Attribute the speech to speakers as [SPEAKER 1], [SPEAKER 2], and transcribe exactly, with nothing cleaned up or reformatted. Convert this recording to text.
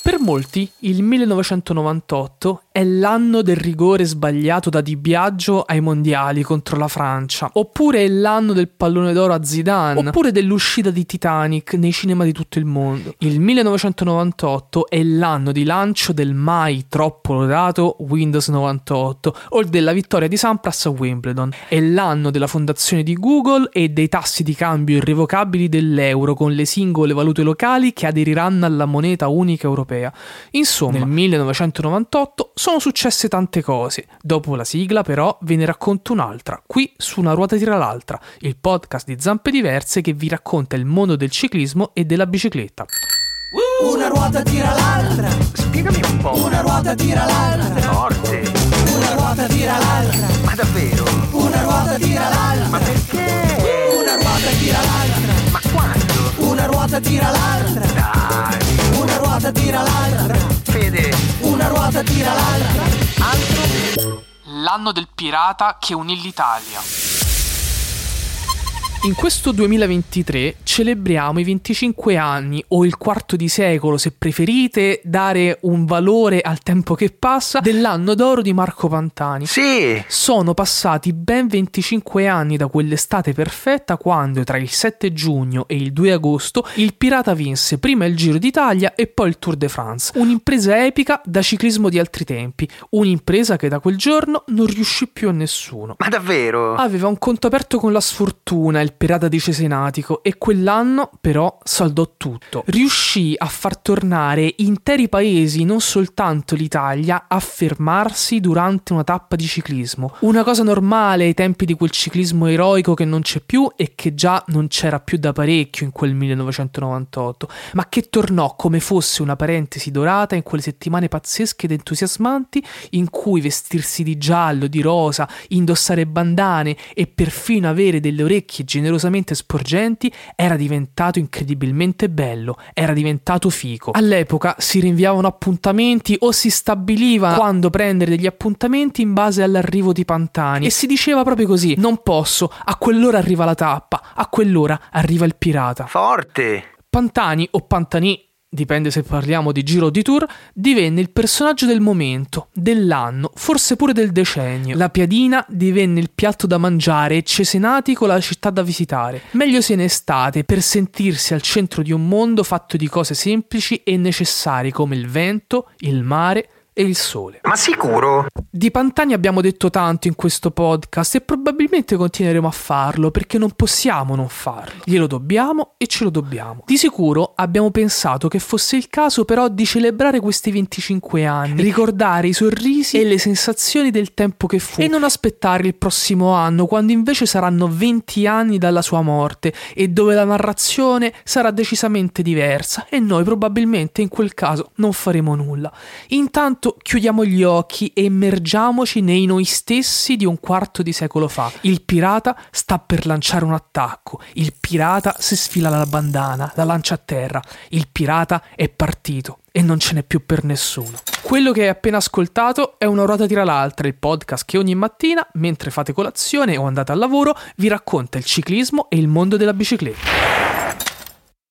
[SPEAKER 1] Per molti il millenovecentonovantotto è l'anno del rigore sbagliato da Di Biagio ai mondiali contro la Francia, oppure è l'anno del pallone d'oro a Zidane, oppure dell'uscita di Titanic nei cinema di tutto il mondo. Il millenovecentonovantotto è l'anno di lancio del mai troppo lodato Windows novantotto o della vittoria di Sampras a Wimbledon. È l'anno della fondazione di Google e dei tassi di cambio irrevocabili dell'euro con le singole valute locali che aderiranno alla moneta unica europea. Insomma, nel millenovecentonovantotto sono successe tante cose. Dopo la sigla, però, ve ne racconto un'altra, qui su Una ruota tira l'altra, il podcast di Zampe Diverse che vi racconta il mondo del ciclismo e della bicicletta.
[SPEAKER 2] Una ruota tira l'altra.
[SPEAKER 3] Spiegami un po'.
[SPEAKER 2] Una ruota tira l'altra.
[SPEAKER 3] Forte.
[SPEAKER 2] Una ruota tira l'altra.
[SPEAKER 3] Ma davvero?
[SPEAKER 2] Una ruota tira l'altra.
[SPEAKER 3] Ma perché?
[SPEAKER 2] Una ruota tira l'altra.
[SPEAKER 3] Ma quando?
[SPEAKER 2] Una ruota tira l'altra.
[SPEAKER 3] Dai.
[SPEAKER 2] Una ruota tira l'altra.
[SPEAKER 3] Fede.
[SPEAKER 2] Una ruota tira l'altra.
[SPEAKER 3] Altro?
[SPEAKER 1] L'anno del pirata che unì l'Italia. In questo duemilaventitré celebriamo i venticinque anni, o il quarto di secolo se preferite dare un valore al tempo che passa, dell'anno d'oro di Marco Pantani.
[SPEAKER 3] Sì.
[SPEAKER 1] Sono passati ben venticinque anni da quell'estate perfetta quando tra il sette giugno e il due agosto il pirata vinse prima il Giro d'Italia e poi il Tour de France. Un'impresa epica da ciclismo di altri tempi, un'impresa che da quel giorno non riuscì più a nessuno.
[SPEAKER 3] Ma davvero?
[SPEAKER 1] Aveva un conto aperto con la sfortuna, il pirata di Cesenatico, e quell'anno però saldò tutto. Riuscì a far tornare interi paesi, non soltanto l'Italia, a fermarsi durante una tappa di ciclismo. Una cosa normale ai tempi di quel ciclismo eroico che non c'è più e che già non c'era più da parecchio in quel millenovecentonovantotto, ma che tornò come fosse una parentesi dorata in quelle settimane pazzesche ed entusiasmanti in cui vestirsi di giallo, di rosa, indossare bandane e perfino avere delle orecchie generosamente sporgenti era diventato incredibilmente bello, era diventato fico. All'epoca si rinviavano appuntamenti o si stabiliva quando prendere degli appuntamenti in base all'arrivo di Pantani e si diceva proprio così: non posso, a quell'ora arriva la tappa, a quell'ora arriva il pirata.
[SPEAKER 3] Forte.
[SPEAKER 1] Pantani o Pantani, dipende se parliamo di Giro o di Tour, divenne il personaggio del momento, dell'anno, forse pure del decennio. La piadina divenne il piatto da mangiare e Cesenatico la città da visitare. Meglio se in estate per sentirsi al centro di un mondo fatto di cose semplici e necessarie come il vento, il mare e il sole.
[SPEAKER 3] Ma sicuro?
[SPEAKER 1] Di Pantani abbiamo detto tanto in questo podcast e probabilmente continueremo a farlo perché non possiamo non farlo. Glielo dobbiamo e ce lo dobbiamo. Di sicuro abbiamo pensato che fosse il caso però di celebrare questi venticinque anni, ricordare i sorrisi e le sensazioni del tempo che fu e non aspettare il prossimo anno quando invece saranno venti anni dalla sua morte e dove la narrazione sarà decisamente diversa e noi probabilmente in quel caso non faremo nulla. Intanto chiudiamo gli occhi e immergiamoci nei noi stessi di un quarto di secolo fa. Il pirata sta per lanciare un attacco. Il pirata si sfila la bandana, la lancia a terra. Il pirata è partito e non ce n'è più per nessuno. Quello che hai appena ascoltato è Una ruota tira l'altra, il podcast che ogni mattina, mentre fate colazione o andate al lavoro, vi racconta il ciclismo e il mondo della bicicletta.